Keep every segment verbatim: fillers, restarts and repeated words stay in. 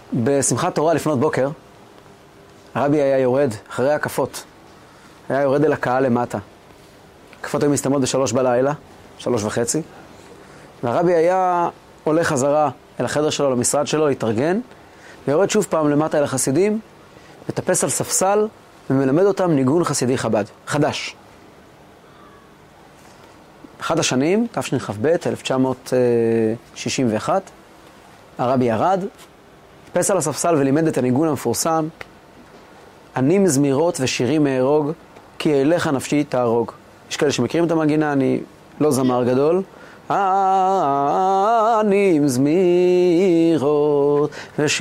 בשמחת תורה לפנות בוקר, הרבי היה יורד אחרי הקפות, היה יורד אל הקהל למטה. הקפות היו מסתיימות בשלוש בלילה, שלוש וחצי, והרבי היה הולך חזרה אל החדר שלו, למשרד שלו, להתארגן, ויורד שוב פעם למטה אל החסידים, מטפס על ספסל, ומלמד אותם ניגון חסידי חב"ד, חדש. אחד השנים, תשכ"ב, אלף תשע מאות שישים ואחת, הרבי ירד, טיפס על הספסל ולימד את הניגון המפורסם, אני מזמירות ושירים מארוג, כי אליך נפשי תהרוג. יש כאלה שמכירים את המנגינה, אני לא זמר גדול. אני מזמירות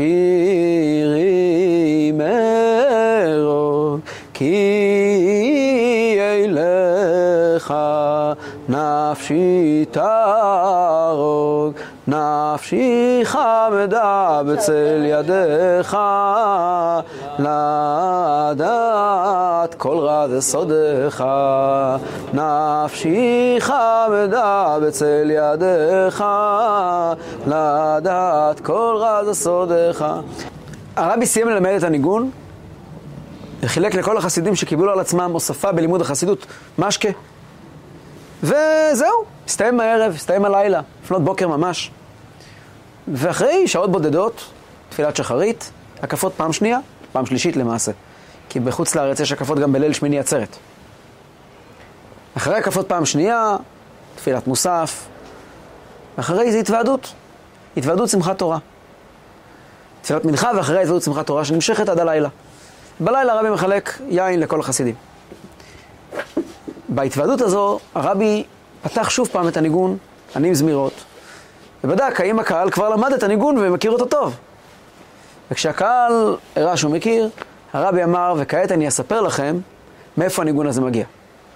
ושירים מארוג, כי אליך נפשי תהרוג. נפשי חמדה בצל ידיך, לדעת כל רע זה סודך. נפשי חמדה בצל ידיך, לדעת כל רע זה סודך. הרבי סיים ללמד את הניגון, וחילק לכל החסידים שקיבלו על עצמם הוספה בלימוד החסידות משקה. וזהו, הסתיים הערב, הסתיים הלילה, לפנות בוקר ממש. ואחרי שעות בודדות, תפילת שחרית, הקפות פעם שנייה, פעם שלישית למעשה. כי בחוץ לארץ יש הקפות גם בליל שמיני עצרת. אחרי הקפות פעם שנייה, תפילת מוסף. ואחרי זה התוועדות, התוועדות שמחת תורה. תפילת מנחה ואחרי התוועדות שמחת תורה שנמשכת עד הלילה. בלילה הרבי מחלק יין לכל החסידים. בהתוועדות הזו הרבי פתח שוב פעם את הניגון, אני מזמירות, ובדק האם הקהל כבר למד את הניגון ומכיר אותו טוב. וכשהקהל הראה שהוא מכיר, הרבי אמר, וכעת אני אספר לכם מאיפה הניגון הזה מגיע.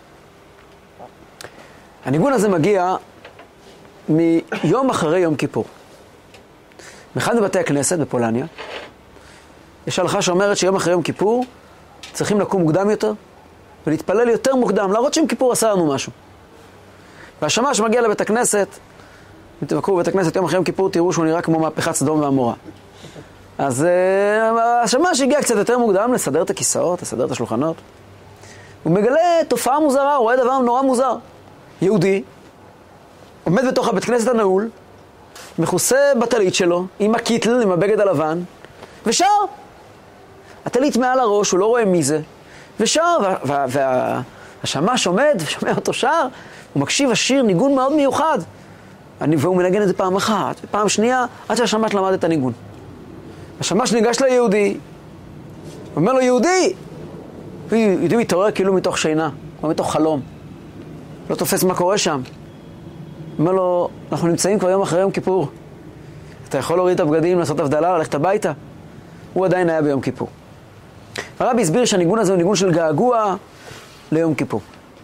הניגון הזה מגיע מיום אחרי יום כיפור. באחד מבתי הכנסת בפולניה, יש הלכה שאומרת שיום אחרי יום כיפור צריכים לקום מוקדם יותר, ולהתפלל יותר מוקדם, להראות שיום כיפור עשה לנו משהו. והשמש מגיע לבית הכנסת, אם תבקרו בבית הכנסת יום אחרי יום כיפור, תראו שהוא נראה כמו מהפכת סדום ועמורה. אז uh, השמש הגיע קצת יותר מוקדם לסדר את הכיסאות, לסדר את השולחנות. הוא מגלה תופעה מוזרה, הוא רואה דבר נורא מוזר. יהודי, עומד בתוך הבית כנסת הנעול, מכוסה בטלית שלו, עם הקיטל, עם הבגד הלבן, ושר. הטלית מעל הראש, הוא לא רואה מי זה. ושר, והשמש עומד ושומע אותו שר, הוא מקשיב השיר ניגון מאוד מיוחד. והוא מנגן את זה פעם אחת, ופעם שנייה, עד שהשמש למד את הניגון. השמש ניגש ליהודי, הוא אומר לו, יהודי! יהודי מתעורר כאילו מתוך שינה, או מתוך חלום. לא תופס מה קורה שם. הוא אומר לו, אנחנו נמצאים כבר יום אחרי יום כיפור. אתה יכול להוריד את הבגדים, לעשות הבדלה, ללכת הביתה? הוא עדיין היה ביום כיפור. הרבי הסביר שהניגון הזה הוא ניגון של געגוע ליום כיפור.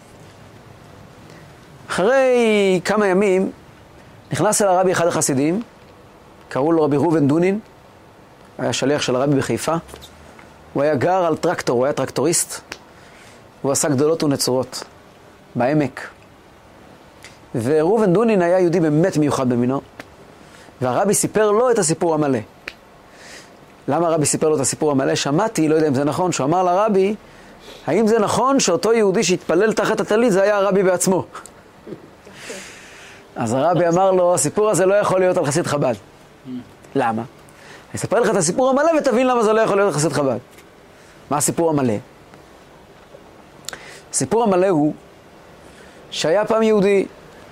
אחרי כמה ימים נכנס אל הרבי אחד החסידים, קראו לו רבי ראובן דונין, היה שליח של הרבי בחיפה. הוא היה גר על טרקטור, הוא היה טרקטוריסט, הוא עשה גדולות ונצורות בעמק. וראובן דונין היה יהודי באמת מיוחד במינו, והרבי סיפר לו את הסיפור המלא. למה הרבי סיפר לו את הסיפור המלא? שמעתי, לא יודע אם זה נכון, שהוא אמר לרבי, האם זה נכון שאותו יהודי שהתפלל תחת הטלית זה היה הרבי בעצמו? אז הרבי אמר לו, הסיפור הזה לא יכול להיות על חסיד חב"ד. למה? אני אספר לך את הסיפור המלא ותבין למה זה לא יכול להיות על חסיד חב"ד. מה הסיפור המלא? הסיפור המלא הוא שהיה פעם יהודי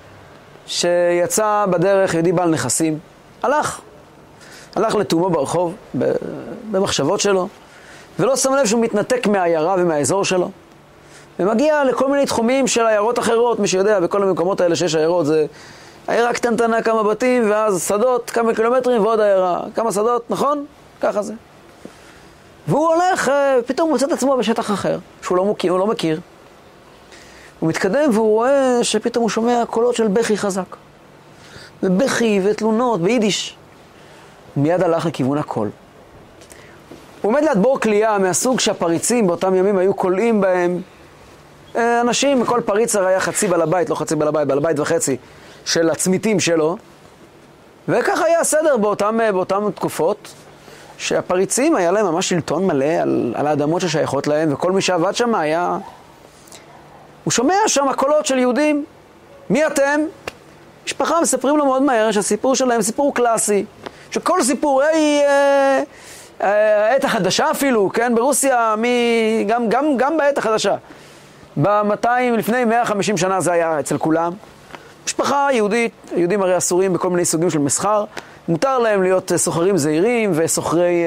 שיצא בדרך, יהודי בעל נכסים, הלך. הלך לתומו ברחוב, במחשבות שלו, ולא שם לב שהוא מתנתק מהעיירה ומהאזור שלו. ומגיע לכל מיני תחומים של עיירות אחרות, מי שיודע, בכל המקומות האלה שיש עיירות, זה עיירה קטנטנה, כמה בתים, ואז שדות, כמה קילומטרים, ועוד עיירה, כמה שדות, נכון? ככה זה. והוא הולך, פתאום הוא מוצא את עצמו בשטח אחר, שהוא לא מכיר, הוא לא מכיר. הוא מתקדם והוא רואה שפתאום הוא שומע קולות של בכי חזק. ובכי ותלונות ביידיש. מיד הלך לכיוון הקול. הוא עומד ליד בור קליעה מהסוג שהפריצים באותם ימים היו קולעים בהם. אנשים, כל פריץ היה חצי בעל הבית, לא חצי בעל הבית, בעל הבית וחצי של הצמיתים שלו. וכך היה הסדר באותם, באותם תקופות. שהפריצים היה להם ממש שלטון מלא על, על האדמות ששייכות להם, וכל מי שעבד שם היה... הוא שומע שם קולות של יהודים. מי אתם? משפחה מספרים לו מאוד מהר שהסיפור שלהם סיפור קלאסי, שכל סיפורי אה, אה, העת החדשה אפילו, כן, ברוסיה, מ, גם, גם, גם בעת החדשה. ב-מאתיים, לפני מאה וחמישים שנה זה היה אצל כולם. משפחה יהודית, יהודים הרי אסורים בכל מיני סוגים של מסחר, מותר להם להיות סוחרים זעירים וסוחרי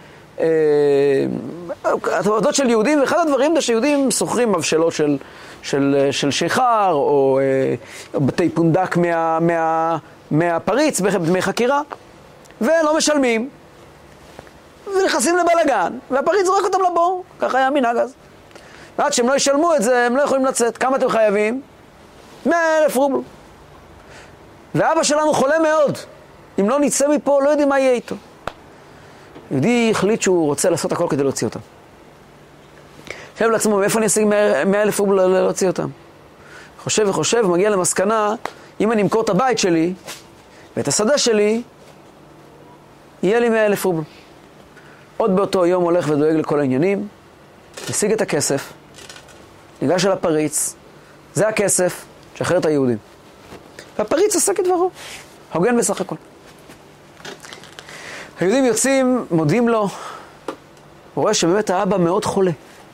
עבודות של יהודים, ואחד הדברים זה שיהודים סוחרים מבשלות של, של, של שיכר או אה, בתי פונדק מה, מה, מהפריץ בדמי חקירה, ולא משלמים ונכנסים לבלגן והפריץ זורק אותם לבור. ככה היה מנהג אז, ועד שהם לא ישלמו את זה הם לא יכולים לצאת. כמה אתם חייבים? מאה אלף רובל. ואבא שלנו חולה מאוד, אם לא נצא מפה לא יודעים מה יהיה איתו. יהודי החליט שהוא רוצה לעשות הכל כדי להוציא אותם. חושב לעצמו, מאיפה אני אשיג מאה אלף רובל להוציא אותם? חושב וחושב, מגיע למסקנה, אם אני אמכור את הבית שלי ואת השדה שלי, יהיה לי מאה אלף רובל. עוד באותו יום הולך ודואג לכל העניינים, משיג את הכסף, ניגש אל הפריץ, זה הכסף, שחרר את היהודים. והפריץ עסק את דברו, הוגן בסך הכל. היהודים יוצאים, מודים לו, הוא רואה שבאמת האבא מאוד חולה.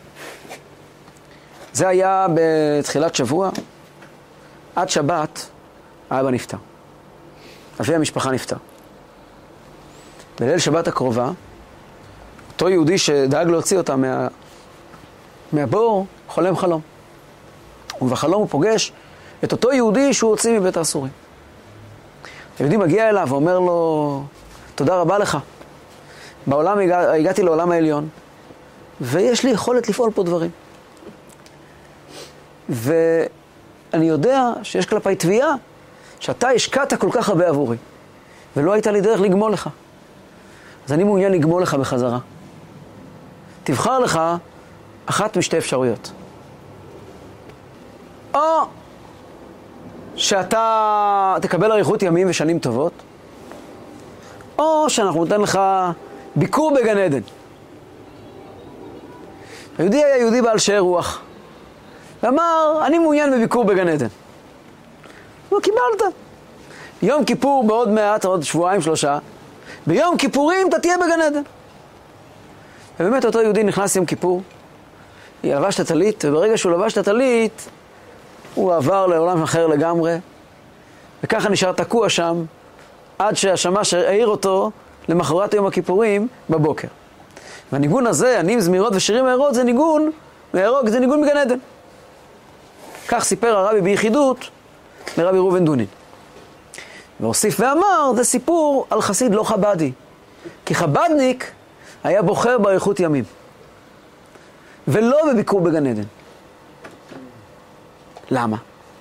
זה היה בתחילת שבוע, עד שבת האבא נפטר. אבי המשפחה נפטר. בליל שבת הקרובה, אותו יהודי שדאג להוציא אותה מה... מהבור, חולם חלום. ובחלום הוא פוגש את אותו יהודי שהוא הוציא מבית האסורים. היהודי מגיע אליו ואומר לו, תודה רבה לך. בעולם הגע... הגעתי לעולם העליון, ויש לי יכולת לפעול פה דברים. ואני יודע שיש כלפי תביעה, שאתה השקעת כל כך הרבה עבורי, ולא הייתה לי דרך לגמול לך. אז אני מעוניין לגמול לך בחזרה. תבחר לך אחת משתי אפשרויות. או שאתה תקבל אריכות ימים ושנים טובות, או שאנחנו ניתן לך ביקור בגן עדן. היהודי היה יהודי בעל שאר רוח. ואמר, אני מעוניין בביקור בגן עדן. לא קיבלת. יום כיפור בעוד מעט, עוד שבועיים שלושה, ביום כיפורים אתה תהיה בגן עדן. ובאמת אותו יהודי נכנס יום כיפור, לבש את הטלית, וברגע שהוא לבש את הטלית, הוא עבר לעולם אחר לגמרי, וככה נשאר תקוע שם, עד שהשמש העיר אותו למחרת יום הכיפורים בבוקר. והניגון הזה, ענים, זמירות ושירים מהרות, זה ניגון, להרוג, זה ניגון בגן עדן. כך סיפר הרבי ביחידות לרבי ראובן דונין. והוסיף ואמר, זה סיפור על חסיד לא חבדי. כי חבדניק היה בוחר באריכות ימים. ולא בביקור בגן עדן. למה?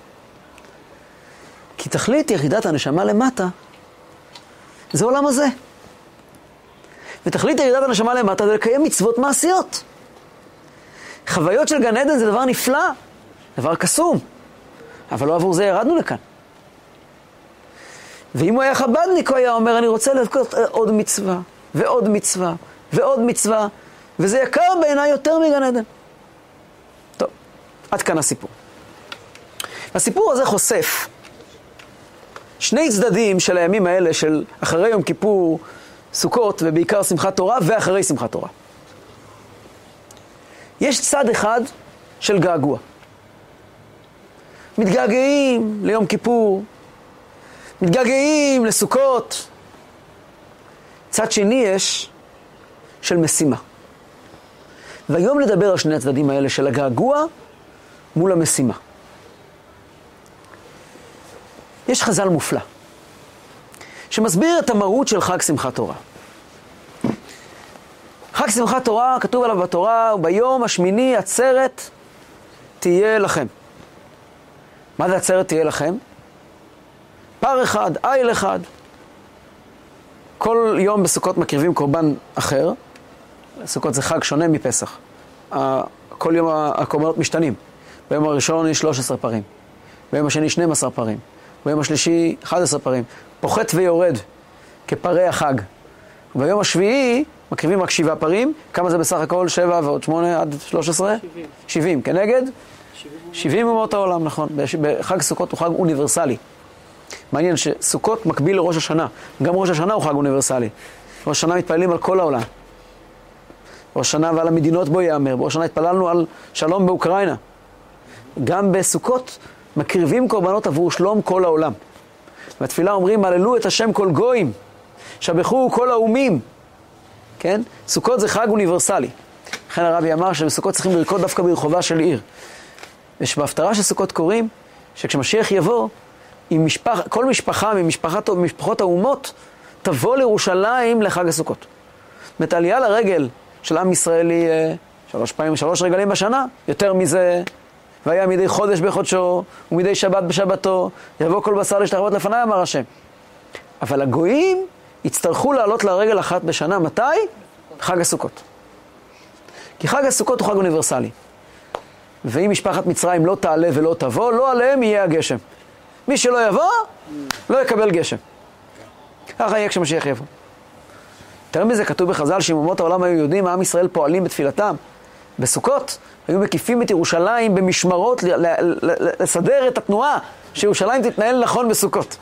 כי תכלית יחידת הנשמה למטה, זה עולם הזה. ותכלית יחידת הנשמה למטה זה לקיים מצוות מעשיות. חוויות של גן עדן זה דבר נפלא, דבר קסום. אבל לא עבור זה ירדנו לכאן. ואם הוא היה חבדניק, הוא היה אומר, אני רוצה לבכות עוד מצווה, ועוד מצווה, ועוד מצווה, וזה יקר בעיניי יותר מגן עדן. טוב, עד כאן הסיפור. הסיפור הזה חושף שני צדדים של הימים האלה, של אחרי יום כיפור, סוכות, ובעיקר שמחת תורה, ואחרי שמחת תורה. יש צד אחד של געגוע. מתגעגעים ליום כיפור, מתגעגעים לסוכות. צד שני יש של משימה. והיום נדבר על שני הצדדים האלה של הגעגוע מול המשימה. יש חז"ל מופלא שמסביר את המהות של חג שמחת תורה. חג שמחת תורה, כתוב עליו בתורה, וביום השמיני עצרת תהיה לכם. מה זה עצרת תהיה לכם? פר אחד, איל אחד. כל יום בסוכות מקריבים קורבן אחר. סוכות זה חג שונה מפסח. כל יום הקורבנות משתנים. ביום הראשון יש שלוש עשרה פרים. ביום השני שנים עשר פרים. ביום השלישי אחד עשר פרים. פוחת ויורד כפרי החג. וביום השביעי מקריבים רק שבעה פרים, כמה זה בסך הכל? שבע ועוד שמונה עד שלוש עשרה? שבעים. שבעים, כנגד? שבעים אומות העולם, נכון. בחג סוכות הוא חג אוניברסלי. מעניין שסוכות מקביל לראש השנה. גם ראש השנה הוא חג אוניברסלי. ראש השנה מתפללים על כל העולם. ראש השנה ועל המדינות בו יאמר. בראש השנה התפללנו על שלום באוקראינה. גם בסוכות מקריבים קורבנות עבור שלום כל העולם. בתפילה אומרים, הללו את השם כל גויים, שבחו כל האומים. כן? סוכות זה חג אוניברסלי. לכן הרבי אמר שבסוכות צריכים לרקוד דווקא ברחובה של עיר. ושבהפטרה של סוכות קוראים, שכשמשיח יבוא, עם משפח, כל משפחה ממשפחות, ממשפחות האומות, תבוא לירושלים לחג הסוכות. זאת אומרת, העלייה לרגל של עם ישראלי שלוש פעמים, שלוש רגלים בשנה, יותר מזה, והיה מדי חודש בחודשו, ומדי שבת בשבתו, יבוא כל בשר להשתחוות לפניי, אמר השם. אבל הגויים יצטרכו לעלות לרגל אחת בשנה, מתי? חג הסוכות. כי חג הסוכות הוא חג אוניברסלי. ואם משפחת מצרים לא תעלה ולא תבוא, לא עליהם יהיה הגשם. מי שלא יבוא, לא יקבל גשם. ככה יהיה כשמשיח יבוא. יותר מזה, כתוב בחז"ל שאם אומות העולם היו יודעים מה עם ישראל פועלים בתפילתם בסוכות, היו מקיפים את ירושלים במשמרות ל- ל- ל- לסדר את התנועה, שירושלים תתנהל נכון בסוכות.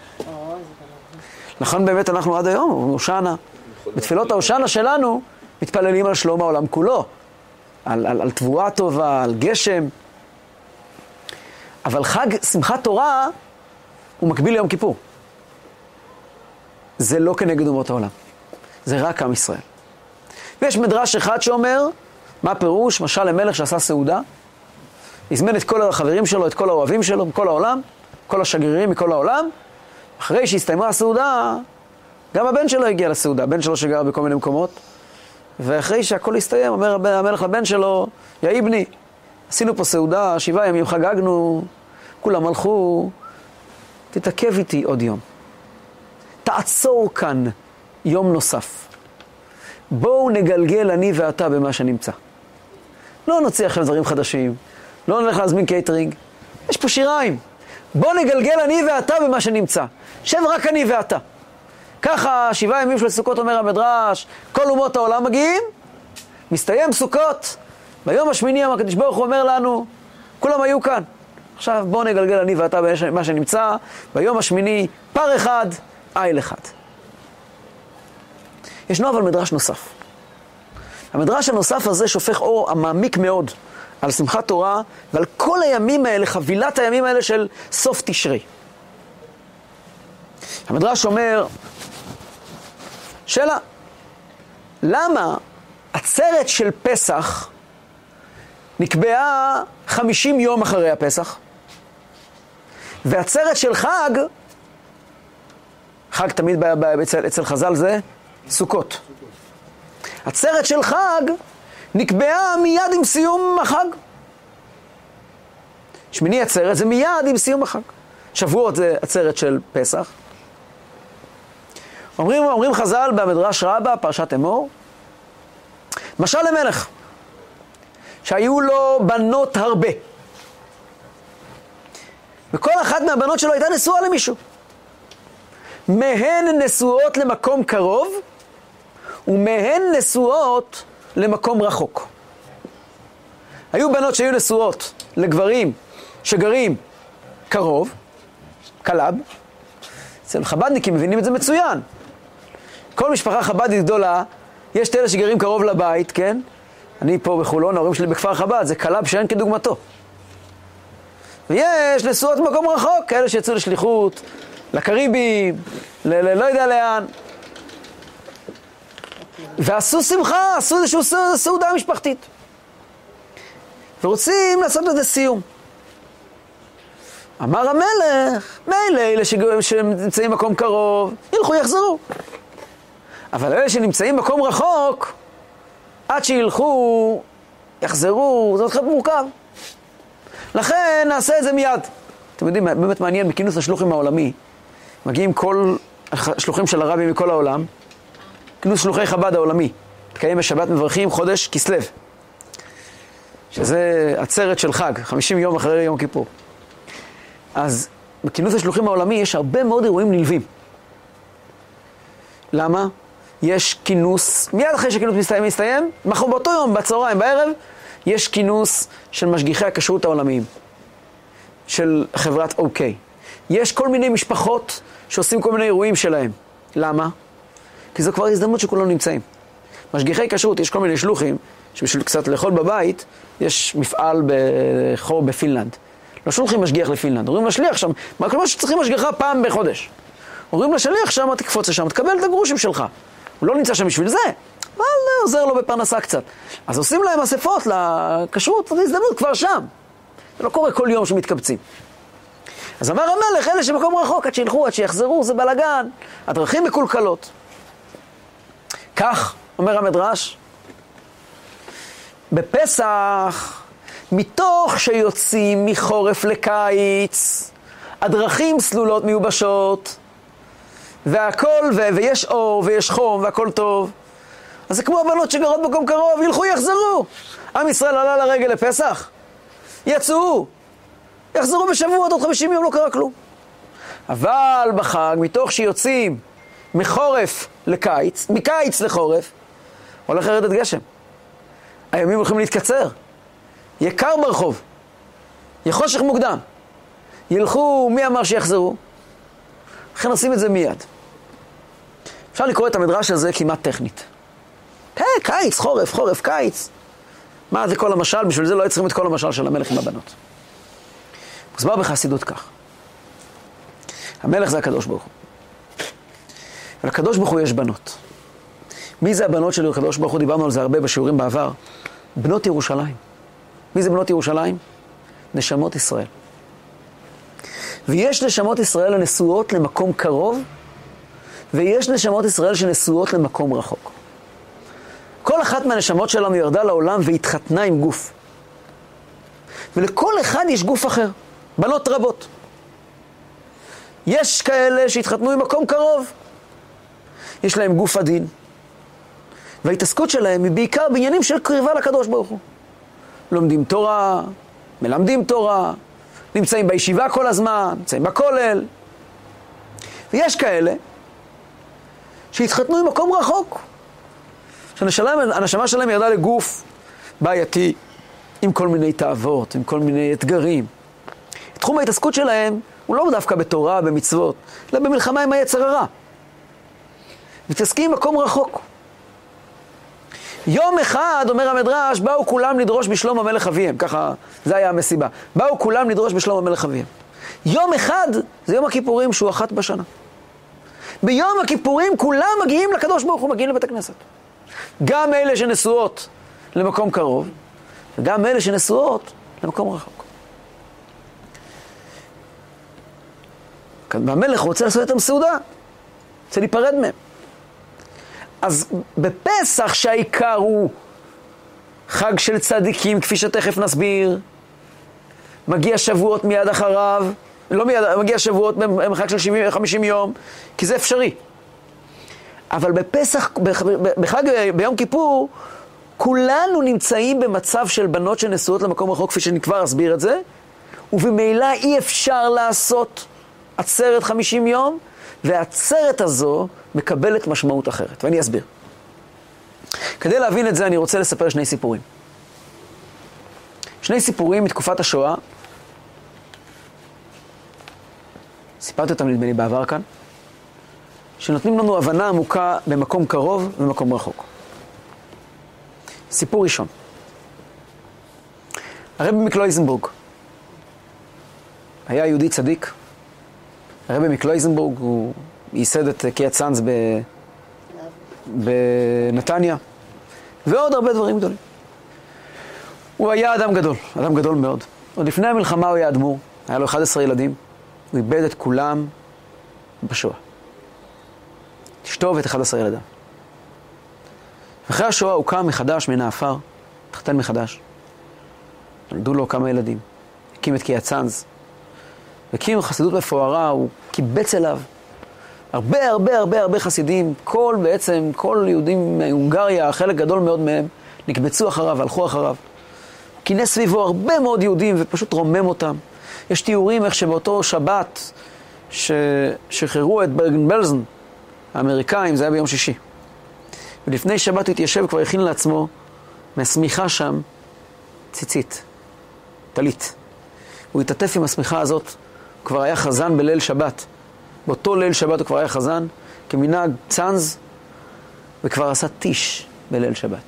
נכון, באמת אנחנו עד היום, הושענא. בתפילות ההושענא שלנו מתפללים על שלום העולם כולו, על, על, על תבואה טובה, על גשם. אבל חג שמחת תורה הוא מקביל ליום כיפור. זה לא כנגד אומות העולם. זה רק עם ישראל. ויש מדרש אחד שאומר, מה פירוש? משל למלך שעשה סעודה, הזמן את כל החברים שלו, את כל האוהבים שלו, מכל העולם, כל השגרירים מכל העולם, אחרי שהסתיימה הסעודה, גם הבן שלו הגיע לסעודה, הבן שלו שגר בכל מיני מקומות, ואחרי שהכל הסתיים, אומר המלך לבן שלו, יא איבני, עשינו פה סעודה, שבעה ימים חגגנו, כולם הלכו, תתעכב איתי עוד יום. תעצור כאן יום נוסף. בואו נגלגל אני ואתה במה שנמצא. לא נוציא עכשיו דברים חדשים, לא נלך להזמין קייטרינג, יש פה שיריים. בואו נגלגל אני ואתה במה שנמצא. שב רק אני ואתה. ככה שבעה ימים של סוכות אומר המדרש, כל אומות העולם מגיעים, מסתיים סוכות, ביום השמיני הקדוש ברוך הוא אומר לנו, כולם היו כאן. עכשיו בואו נגלגל אני ואתה במה שנמצא, ביום השמיני פר אחד, איל אחד. ישנו אבל מדרש נוסף. המדרש הנוסף הזה שופך אור המעמיק מאוד על שמחת תורה ועל כל הימים האלה, חבילת הימים האלה של סוף תשרי. המדרש אומר, שאלה, למה עצרת של פסח נקבעה חמישים יום אחרי הפסח, ועצרת של חג, חג תמיד ב- ב- אצל, אצל חז"ל זה סוכות. עצרת של חג נקבעה מיד עם סיום החג. שמיני עצרת זה מיד עם סיום החג. שבועות זה עצרת של פסח. אומרים, אומרים חז"ל במדרש רבה, פרשת אמור, משל למלך, שהיו לו בנות הרבה. וכל אחת מהבנות שלו הייתה נשואה למישהו. מהן נשואות למקום קרוב, ומהן נשואות למקום רחוק. היו בנות שהיו נשואות לגברים שגרים קרוב, קלב. אצל חבדניקים מבינים את זה מצוין. כל משפחה חבדית גדולה, יש את אלה שגרים קרוב לבית, כן? אני פה בחולון, ההורים שלי בכפר חב"ד, זה קלב שאין כדוגמתו. ויש נשואות במקום רחוק, כאלה שיצאו לשליחות, לקריבים, ל- ל- לא יודע לאן. ועשו שמחה, עשו איזושהי סעודה משפחתית. ורוצים לעשות לזה סיום. אמר המלך, מילא אלה שנמצאים במקום קרוב, ילכו יחזרו. אבל אלה שנמצאים במקום רחוק, עד שילכו, יחזרו, זה עוד מורכב. לכן נעשה את זה מיד. אתם יודעים, באמת מעניין, בכינוס השלוחים העולמי, מגיעים כל השלוחים של הרבי מכל העולם, כינוס שלוחי חב"ד העולמי, תקיים בשבת מברכים חודש כסלו, שזה עצרת של חג, חמישים יום אחרי יום כיפור. אז בכינוס השלוחים העולמי יש הרבה מאוד אירועים נלווים. למה? יש כינוס, מיד אחרי שכינוס מסתיים, מסתיים, מחר באותו יום, בצהריים, בערב, יש כינוס של משגיחי הכשרות העולמיים, של חברת אוקיי. יש כל מיני משפחות שעושים כל מיני אירועים שלהם. למה? כי זו כבר הזדמנות שכולנו נמצאים. משגיחי כשרות, יש כל מיני שלוחים, שבשביל קצת לאכול בבית, יש מפעל בחור בפינלנד. לא שולחים משגיח לפינלנד, אומרים לשליח שם, מה כלומר שצריכים משגיחה פעם בחודש. אומרים לשליח שם, תקפוץ לשם, תקבל את הגרושים שלך. הוא לא נמצא שם בשביל זה, אבל עוזר לו בפרנסה קצת. אז עושים להם אספות לכשרות, זו הזדמנות כבר שם. זה לא קורה כל יום שמתקבצים. אז אמר המלך, אלה שמקום רחוק, עד שילכו, עד שיחזרו, זה בלגן, הדרכים מקולקלות. כך, אומר המדרש, בפסח, מתוך שיוצאים מחורף לקיץ, הדרכים סלולות מיובשות, והכל, ו- ויש אור, ויש חום, והכל טוב. אז זה כמו הבנות שגרות במקום קרוב, ילכו, יחזרו. עם ישראל עלה לרגל לפסח, יצאו, יחזרו בשבוע, עוד חמישים יום לא קרה כלום. אבל בחג, מתוך שיוצאים מחורף לקיץ, מקיץ לחורף, הולך לרדת גשם. הימים הולכים להתקצר. יהיה קר ברחוב. יהיה חושך מוקדם. ילכו, מי אמר שיחזרו? לכן עושים את זה מיד. אפשר לקרוא את המדרש הזה כמעט טכנית. היי, קיץ, חורף, חורף, קיץ. מה זה כל המשל? בשביל זה לא צריכים את כל המשל של המלך עם הבנות. מוסבר בחסידות כך. המלך זה הקדוש ברוך הוא. ולקדוש ברוך הוא יש בנות. מי זה הבנות של הקדוש ברוך הוא? דיברנו על זה הרבה בשיעורים בעבר. בנות ירושלים. מי זה בנות ירושלים? נשמות ישראל. ויש נשמות ישראל הנשואות למקום קרוב, ויש נשמות ישראל שנשואות למקום רחוק. כל אחת מהנשמות שלנו ירדה לעולם והתחתנה עם גוף. ולכל אחד יש גוף אחר. בנות רבות. יש כאלה שהתחתנו עם מקום קרוב. יש להם גוף עדין. וההתעסקות שלהם היא בעיקר בעניינים של קרבה לקדוש ברוך הוא. לומדים תורה, מלמדים תורה, נמצאים בישיבה כל הזמן, נמצאים בכולל. ויש כאלה שהתחתנו עם מקום רחוק. שהנשמה שלהם ירדה לגוף בעייתי, עם כל מיני תאוות, עם כל מיני אתגרים. תחום ההתעסקות שלהם הוא לא דווקא בתורה, במצוות, אלא במלחמה עם היצר הרע. מתעסקים מקום רחוק. יום אחד, אומר המדרש, באו כולם לדרוש בשלום המלך אביהם. ככה, זה היה המסיבה. באו כולם לדרוש בשלום המלך אביהם. יום אחד, זה יום הכיפורים שהוא אחת בשנה. ביום הכיפורים כולם מגיעים לקדוש ברוך הוא, מגיעים לבית הכנסת. גם אלה שנשואות למקום קרוב, וגם אלה שנשואות למקום רחוק. והמלך רוצה לעשות את המסעודה, רוצה להיפרד מהם. אז בפסח שהעיקר הוא חג של צדיקים, כפי שתכף נסביר, מגיע שבועות מיד אחריו, לא מיד, מגיע שבועות במרחק של שבעים חמישים יום, כי זה אפשרי. אבל בפסח, בחג, ביום כיפור, כולנו נמצאים במצב של בנות שנשואות למקום רחוק, כפי שאני כבר אסביר את זה, ובמילא אי אפשר לעשות עצרת חמישים יום, והעצרת הזו מקבלת משמעות אחרת. ואני אסביר. כדי להבין את זה אני רוצה לספר שני סיפורים. שני סיפורים מתקופת השואה. סיפרתי אותם נדמה לי בעבר כאן. שנותנים לנו הבנה עמוקה במקום קרוב ובמקום רחוק. סיפור ראשון. הרבי מקלויזנבורג היה יהודי צדיק. הרבי מקלויזנבורג הוא ייסד את קיאת צאנז ב... בנתניה, ועוד הרבה דברים גדולים. הוא היה אדם גדול, אדם גדול מאוד. עוד לפני המלחמה הוא היה אדמו"ר, היה לו אחד עשר ילדים, הוא איבד את כולם בשואה. אשתו ואת אחד עשר ילדיו. אחרי השואה הוא קם מחדש מן האפר, התחתן מחדש. נולדו לו כמה ילדים, הקים את קיאת צאנז, הקים חסידות מפוארה, הוא קיבץ אליו. הרבה הרבה הרבה הרבה חסידים, כל בעצם, כל יהודים מהונגריה, חלק גדול מאוד מהם, נקבצו אחריו, הלכו אחריו. כינס סביבו הרבה מאוד יהודים ופשוט רומם אותם. יש תיאורים איך שבאותו שבת ששחררו את ברגן בלזן, האמריקאים, זה היה ביום שישי. ולפני שבת הוא התיישב כבר הכין לעצמו מהסמיכה שם ציצית, טלית. הוא התעטף עם הסמיכה הזאת, הוא כבר היה חזן בליל שבת. באותו ליל שבת הוא כבר היה חזן, כמנהג צנז, וכבר עשה טיש בליל שבת.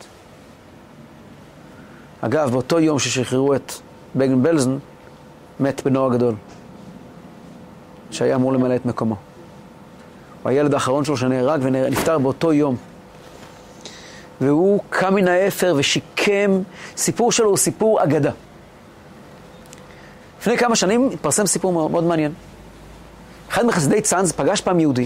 אגב, באותו יום ששחררו את בגין בלזן, מת בנו הגדול, שהיה אמור למלא את מקומו. הוא הילד האחרון שלו שנהרג ונפטר באותו יום. והוא קם מן האפר ושיקם. סיפור שלו הוא סיפור אגדה. לפני כמה שנים התפרסם סיפור מאוד, מאוד מעניין. אחד מחסידי צאנז פגש פעם יהודי.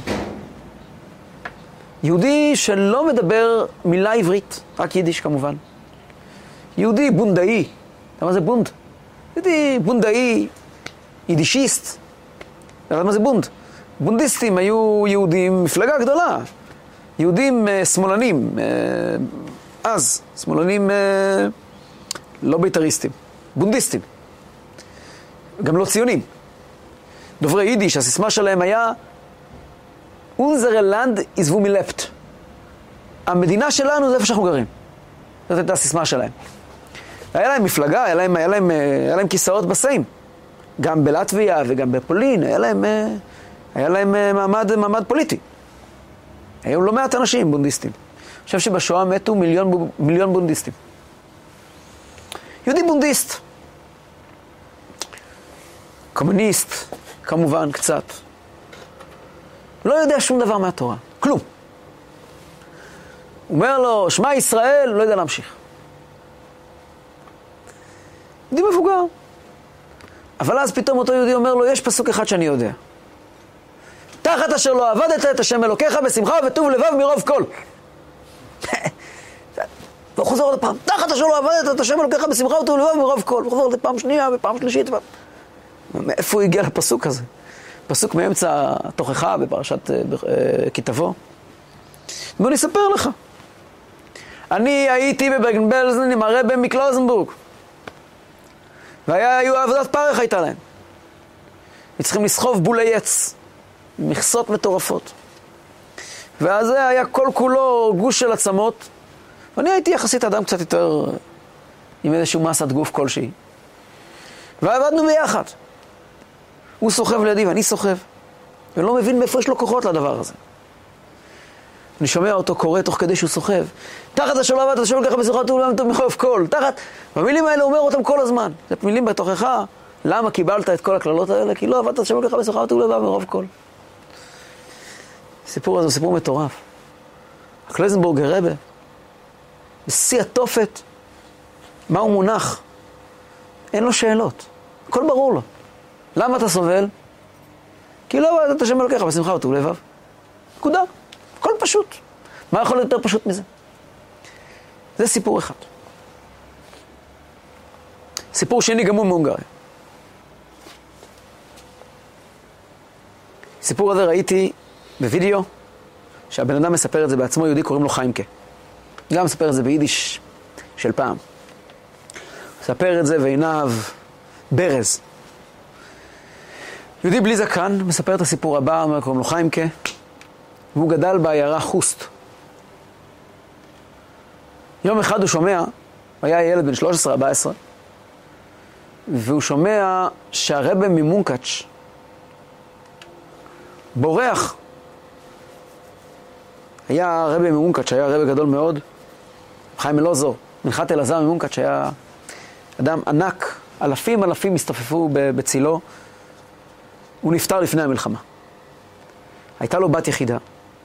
יהודי שלא מדבר מילה עברית, רק יידיש כמובן. יהודי בונדאי. מה זה בונד? יהודי בונדאי, יידישיסט. מה זה בונד? בונדיסטים היו יהודים, מפלגה גדולה. יהודים uh, שמאלנים, uh, אז, שמאלנים uh, לא בית"ריסטים, בונדיסטים. גם לא ציונים. דוברי יידיש, הסיסמה שלהם היה Unser Land ist wo mir lebt. המדינה שלנו זה איפה שאנחנו גרים. זאת הייתה הסיסמה שלהם. היה להם מפלגה, היה להם, היה להם, היה להם כיסאות בסיים. גם בלטביה וגם בפולין, היה להם, היה להם מעמד, מעמד פוליטי. היו לא מעט אנשים בונדיסטים. אני חושב שבשואה מתו מיליון, מיליון בונדיסטים. יהודי בונדיסט. קומוניסט, כמובן, קצת. לא יודע שום דבר מהתורה. כלום. הוא אומר לו, שמע ישראל, לא יודע להמשיך. יהודי מבוגר. אבל אז פתאום אותו יהודי אומר לו, יש פסוק אחד שאני יודע. תחת אשר לא עבדת את השם אלוקיך בשמחה וטוב לבב מרוב כל. והוא חוזר עוד פעם, תחת אשר לא עבדת את השם אלוקיך בשמחה וטוב לבב מרוב כל. הוא חוזר עוד פעם שנייה ופעם שלישית. מאיפה הוא הגיע לפסוק הזה? פסוק מאמצע התוכחה בפרשת כי תבוא. בוא נספר לך. אני הייתי בברגן בלזן עם הרבי מקלוזנבורג. והיו עבודת פרך הייתה להם. צריכים לסחוב בולי עץ. מכסות מטורפות. ואז זה היה כל כולו גוש של עצמות. ואני הייתי יחסית אדם קצת יותר עם איזשהו מסת גוף כלשהי. ועבדנו ביחד. הוא סוחב לידי ואני סוחב. ולא מבין מאיפה יש לו כוחות לדבר הזה. אני שומע אותו קורא תוך כדי שהוא סוחב. תחת אשר לא עבדת, אשר לא ככה בשמחה וטוב לבב מרוב כל. תחת. והמילים האלה אומר אותם כל הזמן. זה מילים בתוכחה. למה קיבלת את כל הכללות האלה? כי לא עבדת אשר לא ככה בשמחה וטוב לבב מרוב כל. הסיפור הזה הוא סיפור מטורף. הקלוזנבורג הרבה, בשיא התופת, מה הוא מונח? אין לו שאלות. הכל ברור לו. למה אתה סובל? כי לא עבדת השם אלוקיך בשמחה וטוב לבב. נקודה. הכל פשוט. מה יכול להיות יותר פשוט מזה? זה סיפור אחד. סיפור שני גם הוא מהונגריה. סיפור הזה ראיתי בווידאו, שהבן אדם מספר את זה בעצמו, יהודי קוראים לו חיימקה. גם מספר את זה ביידיש של פעם. מספר את זה ועיניו ברז. יהודי בלי זקן מספר את הסיפור הבא, קוראים לו חיימקה, והוא גדל בעיירה חוסט. יום אחד הוא שומע, הוא היה ילד בן שלוש עשרה ארבע עשרה, והוא שומע שהרבי ממונקאץ' בורח. היה רבי ממונקאץ' שהיה רבי גדול מאוד, חיים אלעזור, מנחת אלעזר ממונקאץ' שהיה אדם ענק, אלפים אלפים הסתופפו בצילו. הוא נפטר לפני המלחמה. הייתה לו בת יחידה.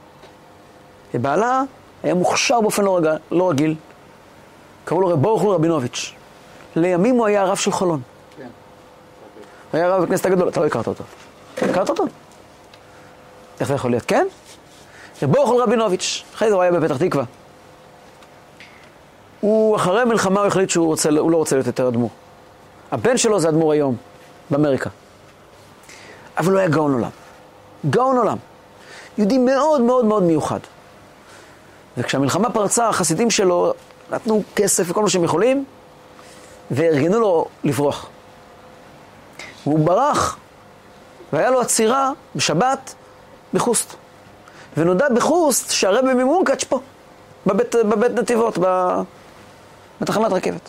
ובעלה היה מוכשר באופן לא, רגיל, לא רגיל. קראו לו רב ברוך רבינוביץ'. לימים הוא היה הרב של חולון. כן. הוא היה הרב בכנסת הגדול. אתה לא הכרת אותו. הכרת אותו? איך זה יכול להיות? כן? רב ברוך רבינוביץ'. אחרי זה הוא היה בפתח תקווה. הוא אחרי מלחמה הוא החליט שהוא רוצה, הוא לא רוצה להיות יותר אדמו"ר. הבן שלו זה אדמו"ר היום, באמריקה. אבל הוא היה גאון עולם. גאון עולם. יהודי מאוד מאוד מאוד מיוחד. וכשהמלחמה פרצה, החסידים שלו נתנו כסף וכל מה שהם יכולים, והרגנו לו לברוח. והוא ברח, והיה לו עצירה בשבת בחוסט. ונודע בחוסט שהרבי ממונקאץ' פה. בבית, בבית נתיבות, בתחנת רכבת.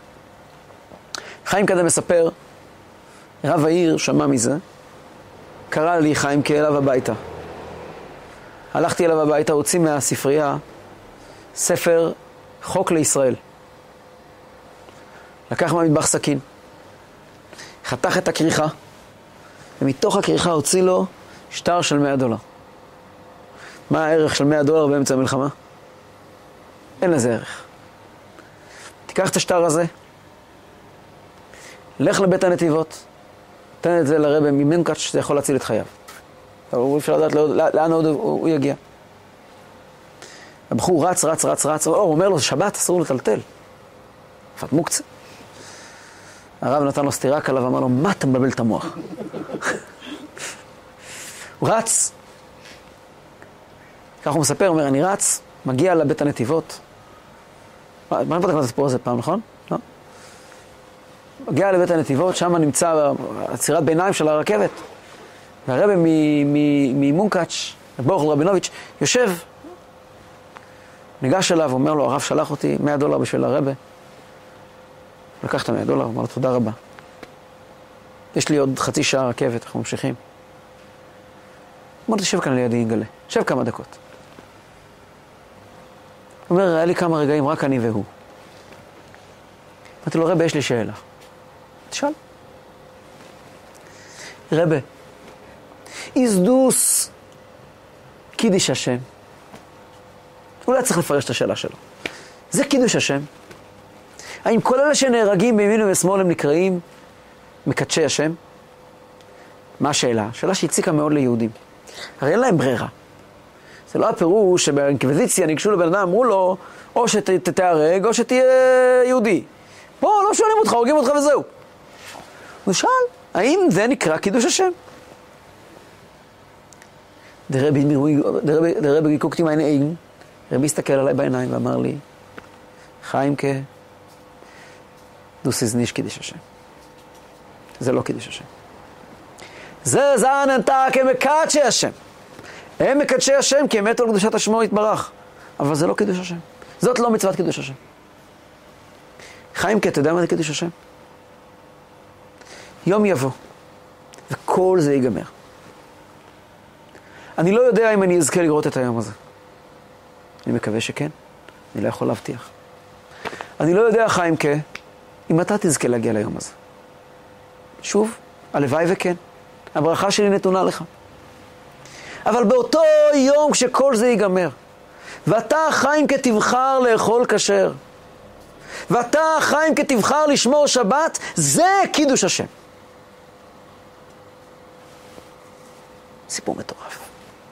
חיים כזה מספר, רב העיר שמע מזה, קרא לי חיים כאליו הביתה. הלכתי אליו הביתה, הוציא מהספרייה ספר חוק לישראל. לקח מהמטבח סכין, חתך את הכריכה, ומתוך הכריכה הוציא לו שטר של מאה דולר. מה הערך של מאה דולר באמצע המלחמה? אין לזה ערך. תיקח את השטר הזה, לך לבית הנתיבות, תן את זה לרבי ממונקאץ' שזה יכול להציל את חייו. אבל הוא אפשר לדעת לא, לאן עוד הוא, הוא יגיע. הבחור רץ, רץ, רץ, רץ, הוא אומר לו, שבת, אסור לטלטל. פת מוקצה. הרב נתן לו סטירה קלה ואמר לו, מה אתה מבלבל את המוח? הוא רץ. כך הוא מספר, אומר, אני רץ, מגיע לבית הנתיבות. מה אני פתח לסיפור הזה פעם, נכון? לא? מגיע לבית הנתיבות, שם נמצא עצירת ביניים של הרכבת. והרבא ממונקאץ', בורכל רבינוביץ', יושב. ניגש אליו, אומר לו, הרב שלח אותי מאה דולר בשביל הרבא. לקח את מאה דולר, אמר לו, תודה רבה. יש לי עוד חצי שעה רכבת, אנחנו ממשיכים. אמר לו, תשב כאן לידי יגלה, שב כמה דקות. הוא אומר, היה לי כמה רגעים, רק אני והוא. אמרתי לו, רבא, יש לי שאלה. תשאל. רבא, איזדוס קידיש השם. אולי צריך לפרש את השאלה שלו. זה קידוש השם. האם כל אלה שנהרגים בימין ובשמאל הם נקראים מקדשי השם? מה השאלה? שאלה שהציקה מאוד ליהודים. הרי אין להם ברירה. זה לא הפירוש שבאינקוויזיציה ניגשו לבן אדם, אמרו לו, או שתתהרג או שתהיה יהודי. בוא, לא שואלים אותך, הורגים אותך וזהו. הוא שאל, האם זה נקרא קידוש השם? דרבי גיקוקתי מעין, רבי הסתכל עליי בעיניים ואמר לי, חיים כ... דוס איזניש קידוש השם. זה לא קידוש השם. זה זן נתה כמקדשי השם. הם מקדשי השם כי הם מתו על קדושת השמו יתברך. אבל זה לא קידוש השם. זאת לא מצוות קידוש השם. חיים כ... אתה יודע מה זה קידוש השם? יום יבוא, וכל זה ייגמר. אני לא יודע אם אני אזכה לראות את היום הזה. אני מקווה שכן, אני לא יכול להבטיח. אני לא יודע, חיים כ... אם אתה תזכה להגיע ליום הזה. שוב, הלוואי וכן. הברכה שלי נתונה לך. אבל באותו יום כשכל זה ייגמר, ואתה, חיים כ... תבחר לאכול כשר, ואתה, חיים כ... תבחר לשמור שבת, זה קידוש השם. סיפור מטורף.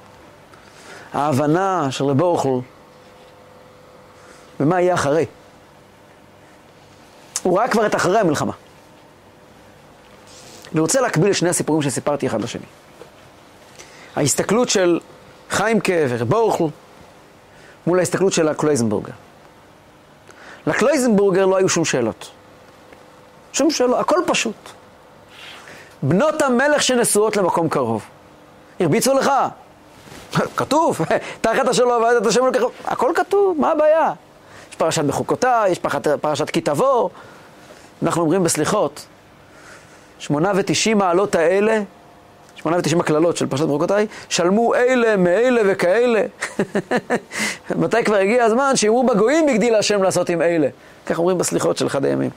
ההבנה של רב אורכל, ומה יהיה אחרי? הוא ראה כבר את אחרי המלחמה. אני רוצה להקביל לשני הסיפורים שסיפרתי אחד לשני. ההסתכלות של חיימקה ורב אורכל, מול ההסתכלות של הקלויזנבורגר. לקלויזנבורגר לא היו שום שאלות. שום שאלות, הכל פשוט. בנות המלך שנשואות למקום קרוב. הרביצו לך. כתוב, תחת השם לא עבדת את השם לא ככה. הכל כתוב, מה הבעיה? יש פרשת בחוקותיי, יש פרשת כי תבוא. אנחנו אומרים בסליחות, שמונה ותשעים מעלות האלה, שמונה ותשעים הכללות של פרשת בחוקותיי, שלמו אלה מאלה וכאלה. מתי כבר הגיע הזמן שיאמרו בגויים בגדיל השם לעשות עם אלה. כך אומרים בסליחות של אחד הימים.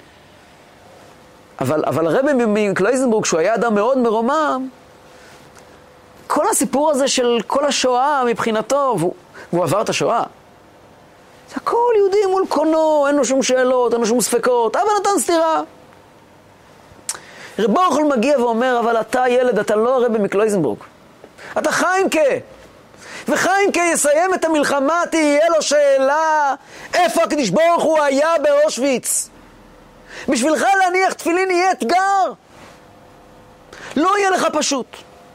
אבל, אבל הרבי מקלויזנבורג, שהוא היה אדם מאוד מרומם, כל הסיפור הזה של כל השואה מבחינתו, והוא, והוא עבר את השואה. זה הכל יהודי מול קונו, אין לו שום שאלות, אין לו שום ספקות, אבל נתן סתירה. רב אורכל מגיע ואומר, אבל אתה ילד, אתה לא הרבי מקלויזנבורג. אתה חיימקה. וחיימקה יסיים את המלחמה, תהיה לו שאלה, איפה הקדוש ברוך הוא היה באושוויץ? בשבילך להניח תפילין יהיה אתגר. לא יהיה לך פשוט.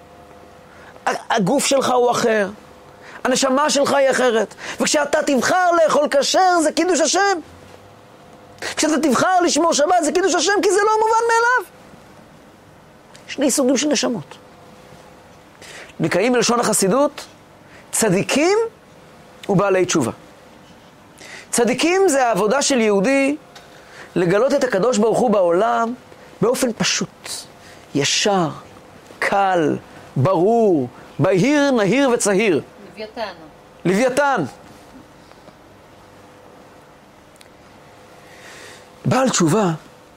הגוף שלך הוא אחר. הנשמה שלך היא אחרת. וכשאתה תבחר לאכול כשר, זה קידוש השם. כשאתה תבחר לשמור שבת, זה קידוש השם, כי זה לא מובן מאליו. שני סוגים של נשמות. נקראים בלשון החסידות צדיקים ובעלי תשובה. צדיקים זה העבודה של יהודי לגלות את הקדוש ברוך הוא בעולם באופן פשוט, ישר, קל, ברור, בהיר, נהיר וצהיר. לוויתן. לוויתן. בעל תשובה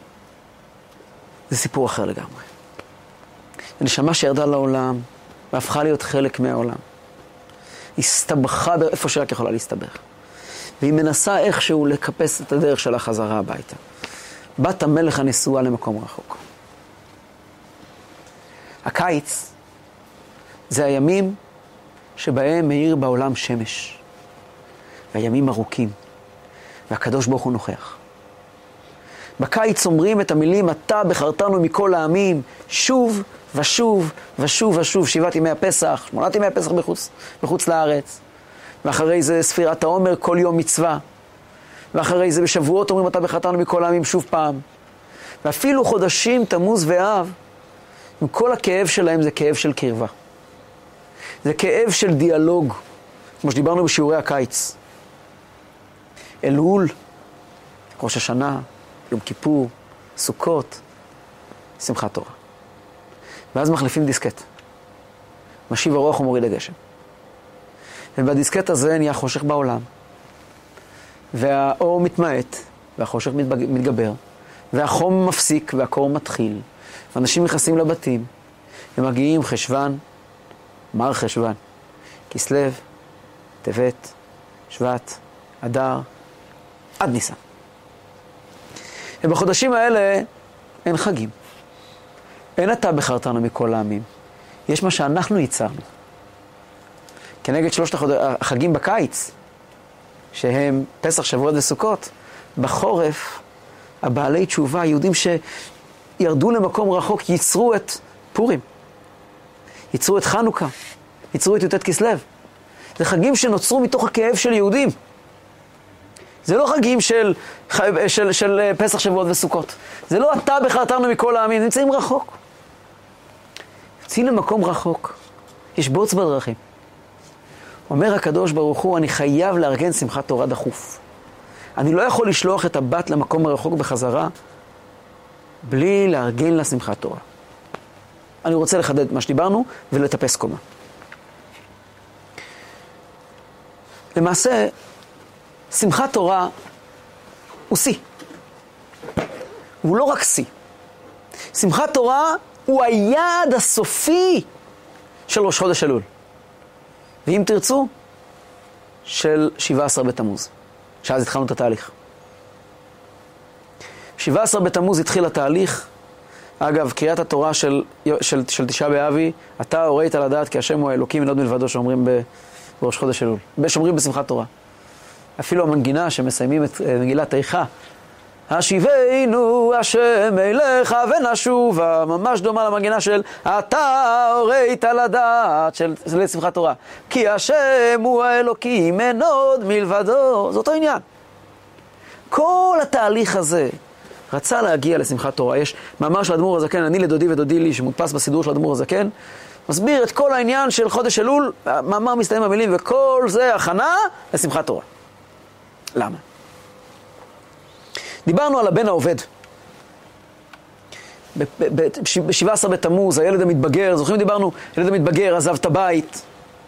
זה סיפור אחר לגמרי. זה נשמה שירדה לעולם והפכה להיות חלק מהעולם. היא הסתבכה באיפה שרק יכולה להסתבך. והיא מנסה איכשהו לקפס את הדרך שלה חזרה הביתה. בת המלך הנשואה למקום רחוק. הקיץ זה הימים שבהם מאיר בעולם שמש. והימים ארוכים. והקדוש ברוך הוא נוכח. בקיץ אומרים את המילים, אתה בחרתנו מכל העמים, שוב ושוב ושוב ושוב, שבעת ימי הפסח, שמונת ימי הפסח בחוץ, בחוץ לארץ. ואחרי זה ספירת העומר, כל יום מצווה. ואחרי זה בשבועות אומרים, אתה בחרתנו מכל העמים שוב פעם. ואפילו חודשים תמוז ואב, עם כל הכאב שלהם זה כאב של קרבה. זה כאב של דיאלוג, כמו שדיברנו בשיעורי הקיץ. אלול, ראש השנה, יום כיפור, סוכות, שמחת תורה. ואז מחליפים דיסקט. משיב הרוח ומוריד הגשם. ובדיסקט הזה נהיה חושך בעולם. והאור מתמעט, והחושך מתגבר, והחום מפסיק והקור מתחיל. ואנשים נכנסים לבתים, ומגיעים חשוון, מר חשוון, כסלו, טבת, שבט, אדר, עד ניסן. ובחודשים האלה אין חגים. אין אתה בחרתנו מכל העמים. יש מה שאנחנו ייצרנו. כנגד שלושת החגים בקיץ, שהם פסח, שבועות וסוכות, בחורף, הבעלי תשובה, היהודים שירדו למקום רחוק, ייצרו את פורים. ייצרו את חנוכה. ייצרו את י"ט כסלו. זה חגים שנוצרו מתוך הכאב של יהודים. זה לא חגים של, של, של, של פסח, שבועות וסוכות. זה לא אתה בחרתנו מכל העמים, נמצאים רחוק. יוצאים למקום רחוק. יש בוץ בדרכים. אומר הקדוש ברוך הוא, אני חייב לארגן שמחת תורה דחוף. אני לא יכול לשלוח את הבת למקום הרחוק בחזרה, בלי לארגן לה שמחת תורה. אני רוצה לחדד מה שדיברנו, ולטפס קומה. למעשה, שמחת תורה הוא שיא. הוא לא רק שיא. שמחת תורה הוא היעד הסופי של ראש חודש אלול. ואם תרצו, של שבעה עשר בתמוז, שאז התחלנו את התהליך. שבעה עשר בתמוז התחיל התהליך. אגב, קריאת התורה של, של, של תשעה באבי, אתה הורית לדעת כי השם הוא האלוקים, אין עוד מלבדו שאומרים בראש חודש אלול. שאומרים בשמחת תורה. אפילו המנגינה שמסיימים את מגילת איכה, השיבנו השם אליך ונשובה, ממש דומה למנגינה של אתה הורית לדעת של שמחת תורה. כי השם הוא האלוקים, אין עוד מלבדו. זה אותו עניין. כל התהליך הזה רצה להגיע לשמחת תורה. יש מאמר של אדמו"ר הזקן, אני לדודי ודודי לי, שמודפס בסידור של אדמו"ר הזקן, מסביר את כל העניין של חודש אלול, מאמר מסתיים במילים, וכל זה הכנה לשמחת תורה. למה? דיברנו על הבן העובד. ב-שבעה עשר בתמוז, הילד המתבגר, זוכרים דיברנו, הילד המתבגר עזב את הבית,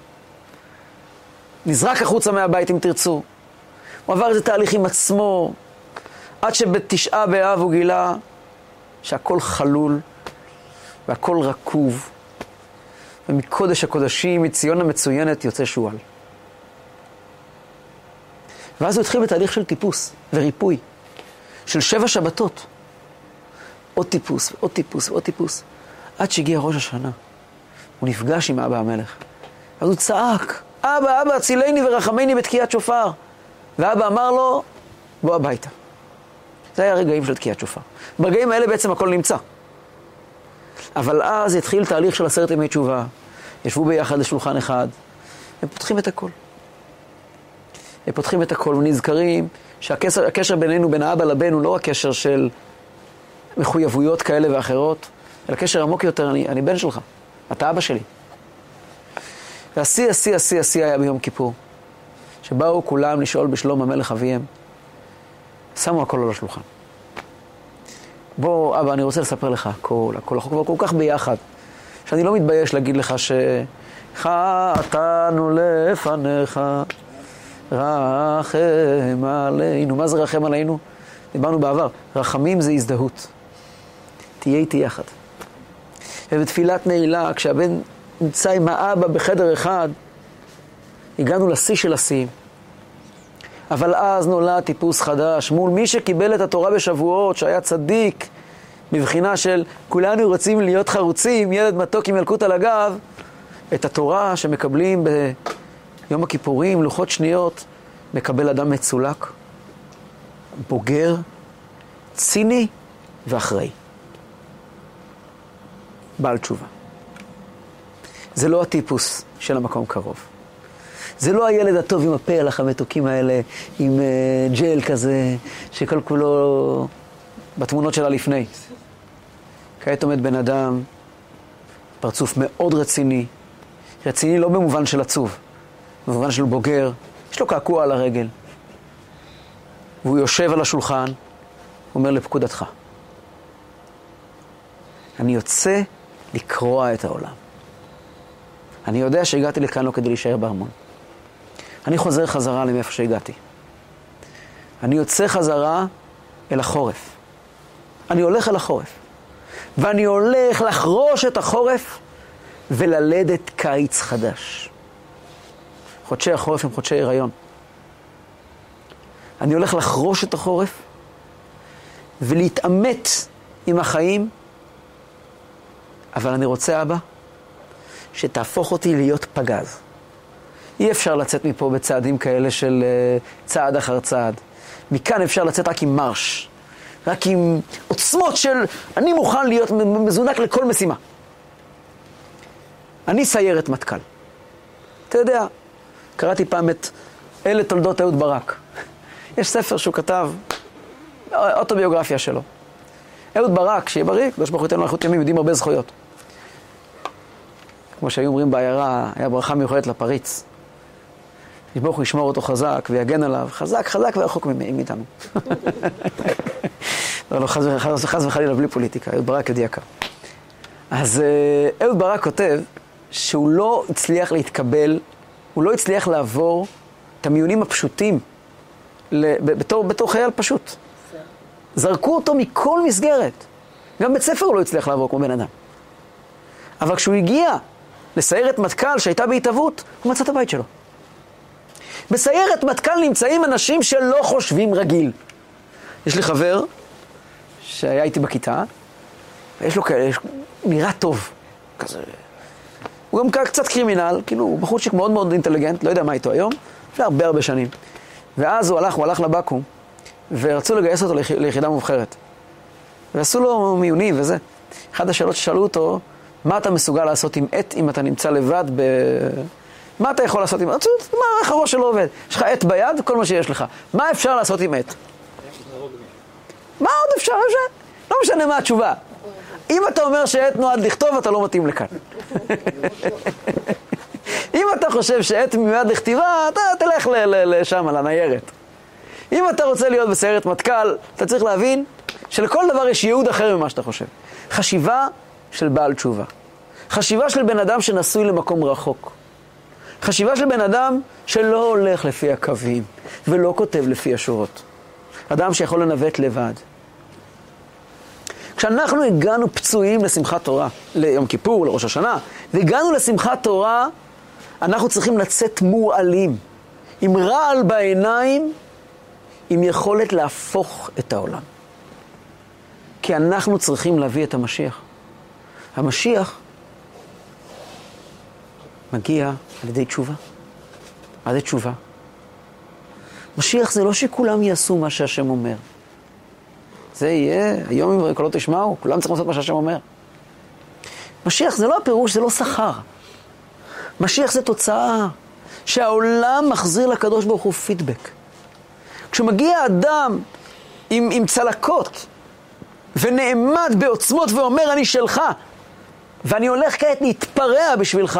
נזרק החוצה מהבית אם תרצו. הוא עבר איזה תהליך עם עצמו, עד שבתשעה באב הוא גילה שהכל חלול, והכל רקוב, ומקודש הקודשים, מציון המצוינת, יוצא שועל. ואז הוא התחיל בתהליך של טיפוס וריפוי, של שבע שבתות. עוד טיפוס, עוד טיפוס, עוד טיפוס. עד שהגיע ראש השנה, הוא נפגש עם אבא המלך. אז הוא צעק, אבא, אבא, צילני ורחמני בתקיעת שופר. ואבא אמר לו, בוא הביתה. זה היה רגעים של תקיעת שופר. ברגעים האלה בעצם הכל נמצא. אבל אז התחיל תהליך של עשרת ימי תשובה. ישבו ביחד לשולחן אחד. הם פותחים את הכל. הם פותחים את הכל ונזכרים שהקשר הקשר בינינו, בין האבא לבן, הוא לא רק קשר של מחויבויות כאלה ואחרות, אלא קשר עמוק יותר, אני, אני בן שלך, אתה אבא שלי. והשיא, השיא, השיא, השיא היה ביום כיפור, שבאו כולם לשאול בשלום המלך אביהם, שמו הכל על השולחן. בוא, אבא, אני רוצה לספר לך הכל, הכל, הכל, הכל, כל כך ביחד, שאני לא מתבייש להגיד לך שחטאנו לפניך, רחם עלינו. מה זה רחם עלינו? דיברנו בעבר, רחמים זה הזדהות. תהיה איתי יחד. ובתפילת נעילה, כשהבן נמצא עם האבא בחדר אחד, הגענו לשיא של השיאים. אבל אז נולד טיפוס חדש, מול מי שקיבל את התורה בשבועות, שהיה צדיק, מבחינה של כולנו רוצים להיות חרוצים, ילד מתוק עם ילקוט על הגב, את התורה שמקבלים ביום הכיפורים, לוחות שניות, מקבל אדם מצולק, בוגר, ציני ואחראי. בעל תשובה. זה לא הטיפוס של המקום קרוב. זה לא הילד הטוב עם הפלח המתוקים האלה, עם uh, ג'ל כזה, שכל כולו בתמונות שלה לפני. כעת עומד בן אדם, פרצוף מאוד רציני, רציני לא במובן של עצוב, במובן של בוגר, יש לו קעקוע על הרגל. והוא יושב על השולחן, אומר לפקודתך. אני יוצא לקרוע את העולם. אני יודע שהגעתי לכאן לא כדי להישאר בארמון. אני חוזר חזרה למאיפה שהגעתי. אני יוצא חזרה אל החורף. אני הולך אל החורף. ואני הולך לחרוש את החורף וללדת קיץ חדש. חודשי החורף הם חודשי הריון. אני הולך לחרוש את החורף ולהתאמת עם החיים, אבל אני רוצה, אבא, שתהפוך אותי להיות פגז. אי אפשר לצאת מפה בצעדים כאלה של צעד אחר צעד. מכאן אפשר לצאת רק עם מרש. רק עם עוצמות של אני מוכן להיות מזונק לכל משימה. אני סיירת מטכ"ל. אתה יודע, קראתי פעם את אלה תולדות אהוד ברק. יש ספר שהוא כתב, אוטוביוגרפיה שלו. אהוד ברק, שיהיה בריא, קדוש ברוך הוא ייתן לו אריכות ימים, יודעים הרבה זכויות. כמו שהיו אומרים בעיירה, היה ברכה מיוחדת לפריץ. ברוך הוא ישמור אותו חזק ויגן עליו, חזק, חזק ורחוק מאיתנו. לא, לא, חז, חז, חז וחלילה בלי פוליטיקה, אהוד ברק ידיע יקר. אז אהוד ברק כותב שהוא לא הצליח להתקבל, הוא לא הצליח לעבור את המיונים הפשוטים בתור, בתור חייל פשוט. זרקו אותו מכל מסגרת. גם בית ספר הוא לא הצליח לעבור כמו בן אדם. אבל כשהוא הגיע לסיירת מטכ"ל שהייתה בהתהוות, הוא מצא את הבית שלו. בסיירת מטכ"ל נמצאים אנשים שלא חושבים רגיל. יש לי חבר שהיה איתי בכיתה, ויש לו כאלה, נראה טוב, כזה. הוא גם קצת קרימינל, כאילו, הוא בחורצ'יק מאוד מאוד אינטליגנט, לא יודע מה איתו היום, לפני הרבה הרבה שנים. ואז הוא הלך, הוא הלך לבקו"ם, ורצו לגייס אותו ליחידה מובחרת. ועשו לו מיונים וזה. אחד השאלות ששאלו אותו, מה אתה מסוגל לעשות עם עט אם אתה נמצא לבד ב... מה אתה יכול לעשות עם עט? מה, איך הראש שלו עובד? יש לך עט ביד, כל מה שיש לך. מה אפשר לעשות עם עט? מה עוד אפשר? לא משנה מה התשובה. אם אתה אומר שעט נועד לכתוב, אתה לא מתאים לכאן. אם אתה חושב שעט מיועד לכתיבה, אתה תלך לשם, לניירת. אם אתה רוצה להיות בסיירת מטכ"ל, אתה צריך להבין שלכל דבר יש ייעוד אחר ממה שאתה חושב. חשיבה של בעל תשובה. חשיבה של בן אדם שנסוי למקום רחוק. חשיבה של בן אדם שלא הולך לפי הקווים ולא כותב לפי השורות. אדם שיכול לנווט לבד. כשאנחנו הגענו פצועים לשמחת תורה, ליום כיפור, לראש השנה, והגענו לשמחת תורה, אנחנו צריכים לצאת מורעלים, עם רעל בעיניים, עם יכולת להפוך את העולם. כי אנחנו צריכים להביא את המשיח. המשיח מגיע על ידי תשובה. על ידי תשובה. משיח זה לא שכולם יעשו מה שהשם אומר. זה יהיה, היום אם קולות תשמעו, כולם צריכים לעשות מה שהשם אומר. משיח זה לא הפירוש, זה לא שכר. משיח זה תוצאה שהעולם מחזיר לקדוש ברוך הוא פידבק. כשמגיע אדם עם, עם צלקות ונעמד בעוצמות ואומר אני שלך ואני הולך כעת להתפרע בשבילך,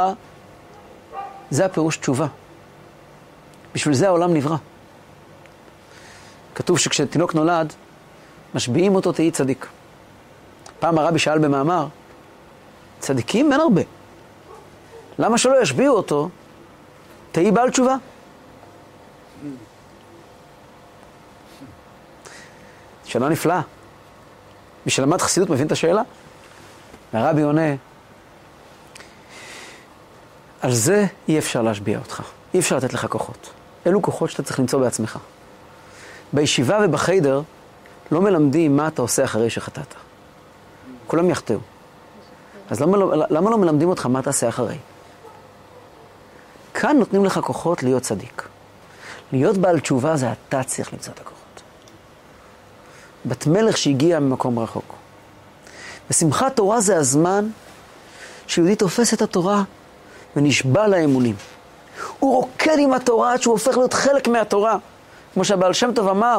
זה הפירוש תשובה. בשביל זה העולם נברא. כתוב שכשתינוק נולד, משביעים אותו תהי צדיק. פעם הרבי שאל במאמר, צדיקים אין הרבה. למה שלא ישביעו אותו, תהי בעל תשובה? שאלה נפלאה. מי שלמד חסידות מבין את השאלה. והרבי עונה, על זה אי אפשר להשביע אותך. אי אפשר לתת לך כוחות. אלו כוחות שאתה צריך למצוא בעצמך. בישיבה ובחיידר לא מלמדים מה אתה עושה אחרי שחטאת. כולם יחטאו. אז למה לא, למה לא מלמדים אותך מה תעשה אחרי? כאן נותנים לך כוחות להיות צדיק. להיות בעל תשובה זה אתה צריך למצוא את הכוחות. בת מלך שהגיע ממקום רחוק. ושמחת תורה זה הזמן שיהודי תופס את התורה ונשבע לאמונים. הוא רוקד עם התורה עד שהוא הופך להיות חלק מהתורה. כמו שהבעל שם טוב אמר,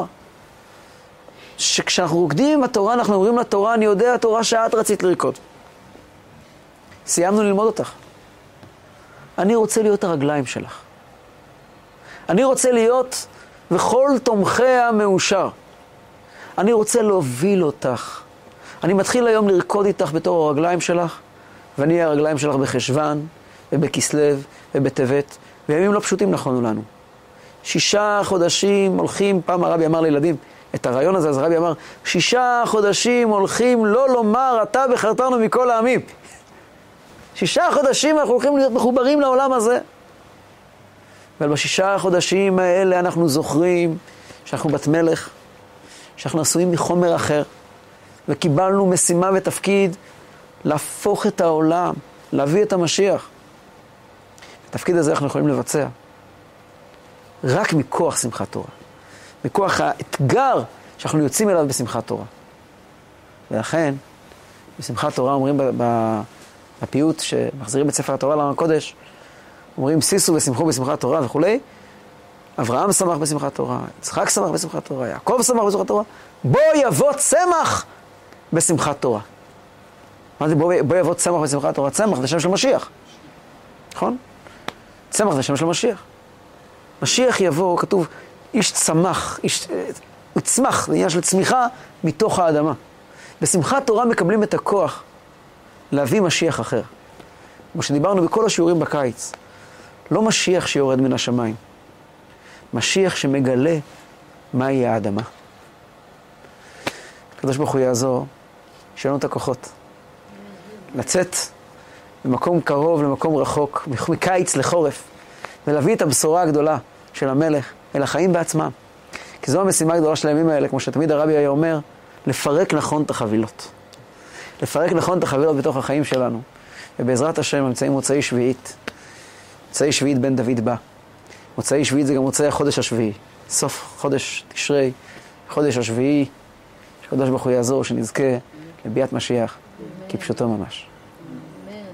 שכשאנחנו רוקדים עם התורה, אנחנו אומרים לתורה, אני יודע התורה שאת רצית לרקוד. סיימנו ללמוד אותך. אני רוצה להיות הרגליים שלך. אני רוצה להיות וכל תומכיה מאושר. אני רוצה להוביל אותך. אני מתחיל היום לרקוד איתך בתור הרגליים שלך, ואני אהיה הרגליים שלך בחשוון, ובכסלו, ובטבת, וימים לא פשוטים נכונו לנו. שישה חודשים הולכים, פעם הרבי אמר לילדים, את הרעיון הזה, אז הרבי אמר, שישה חודשים הולכים לא לומר, אתה בחרתנו מכל העמים. שישה חודשים אנחנו הולכים להיות מחוברים לעולם הזה. אבל בשישה החודשים האלה אנחנו זוכרים שאנחנו בת מלך, שאנחנו עשויים מחומר אחר, וקיבלנו משימה ותפקיד להפוך את העולם, להביא את המשיח. התפקיד הזה אנחנו יכולים לבצע רק מכוח שמחת תורה. מכוח האתגר שאנחנו יוצאים אליו בשמחת תורה. ולכן, בשמחת תורה אומרים בפיוט שמחזירים את ספר התורה לעם הקודש, אומרים שישו ושמחו בשמחת תורה וכו'. אברהם שמח בשמחת תורה, יצחק שמח בשמחת תורה, יעקב שמח בשמחת תורה. בוא יבוא צמח בשמחת תורה. מה זה בוא, בוא יבוא צמח בשמחת תורה? צמח זה שם של משיח. נכון? צמח זה שם של משיח. משיח יבוא, כתוב, איש צמח, איש, הוא צמח, זה עניין של צמיחה מתוך האדמה. בשמחת תורה מקבלים את הכוח להביא משיח אחר. כמו שדיברנו בכל השיעורים בקיץ. לא משיח שיורד מן השמיים. משיח שמגלה מהי האדמה. הקדוש ברוך הוא יעזור, שיהיה לנו את הכוחות. לצאת למקום קרוב, למקום רחוק, מקיץ לחורף, ולהביא את הבשורה הגדולה של המלך אל החיים בעצמם. כי זו המשימה הגדולה של הימים האלה, כמו שתמיד הרבי היה אומר, לפרק נכון את החבילות. לפרק נכון את החבילות בתוך החיים שלנו. ובעזרת השם נמצאים מוצאי שביעית. מוצאי שביעית בן דוד בא. מוצאי שביעית זה גם מוצאי החודש השביעי. סוף חודש תשרי, חודש השביעי. שקדוש ברוך הוא יעזור, שנזכה לביאת משיח, כפשוטו ממש.